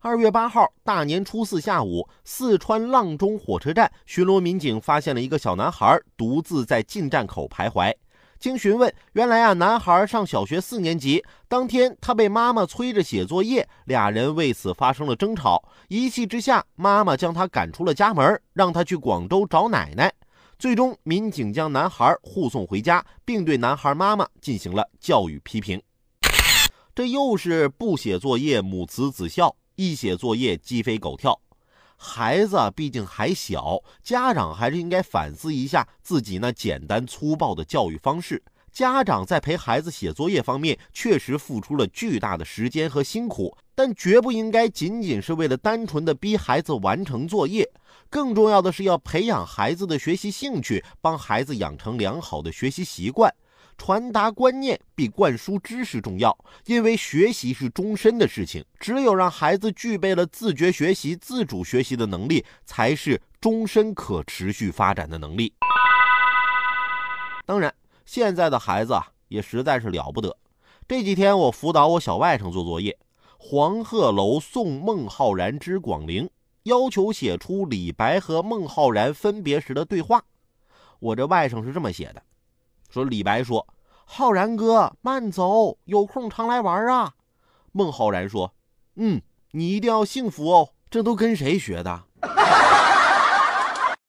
2月8号，大年初4下午，四川阆中火车站巡逻民警发现了一个小男孩独自在进站口徘徊。经询问，原来男孩上小学4年级，当天他被妈妈催着写作业，俩人为此发生了争吵。一气之下，妈妈将他赶出了家门，让他去广州找奶奶。最终，民警将男孩护送回家，并对男孩妈妈进行了教育批评。这又是不写作业母慈子孝，一写作业鸡飞狗跳。孩子毕竟还小，家长还是应该反思一下自己那简单粗暴的教育方式。家长在陪孩子写作业方面确实付出了巨大的时间和辛苦，但绝不应该仅仅是为了单纯的逼孩子完成作业。更重要的是要培养孩子的学习兴趣，帮孩子养成良好的学习习惯。传达观念比灌输知识重要，因为学习是终身的事情，只有让孩子具备了自觉学习、自主学习的能力，才是终身可持续发展的能力。当然，现在的孩子也实在是了不得。这几天我辅导我小外甥做作业，黄鹤楼送孟浩然之广陵，要求写出李白和孟浩然分别时的对话。我这外甥是这么写的，说李白说：“浩然哥，慢走，有空常来玩啊。”孟浩然说：“你一定要幸福哦，这都跟谁学的？”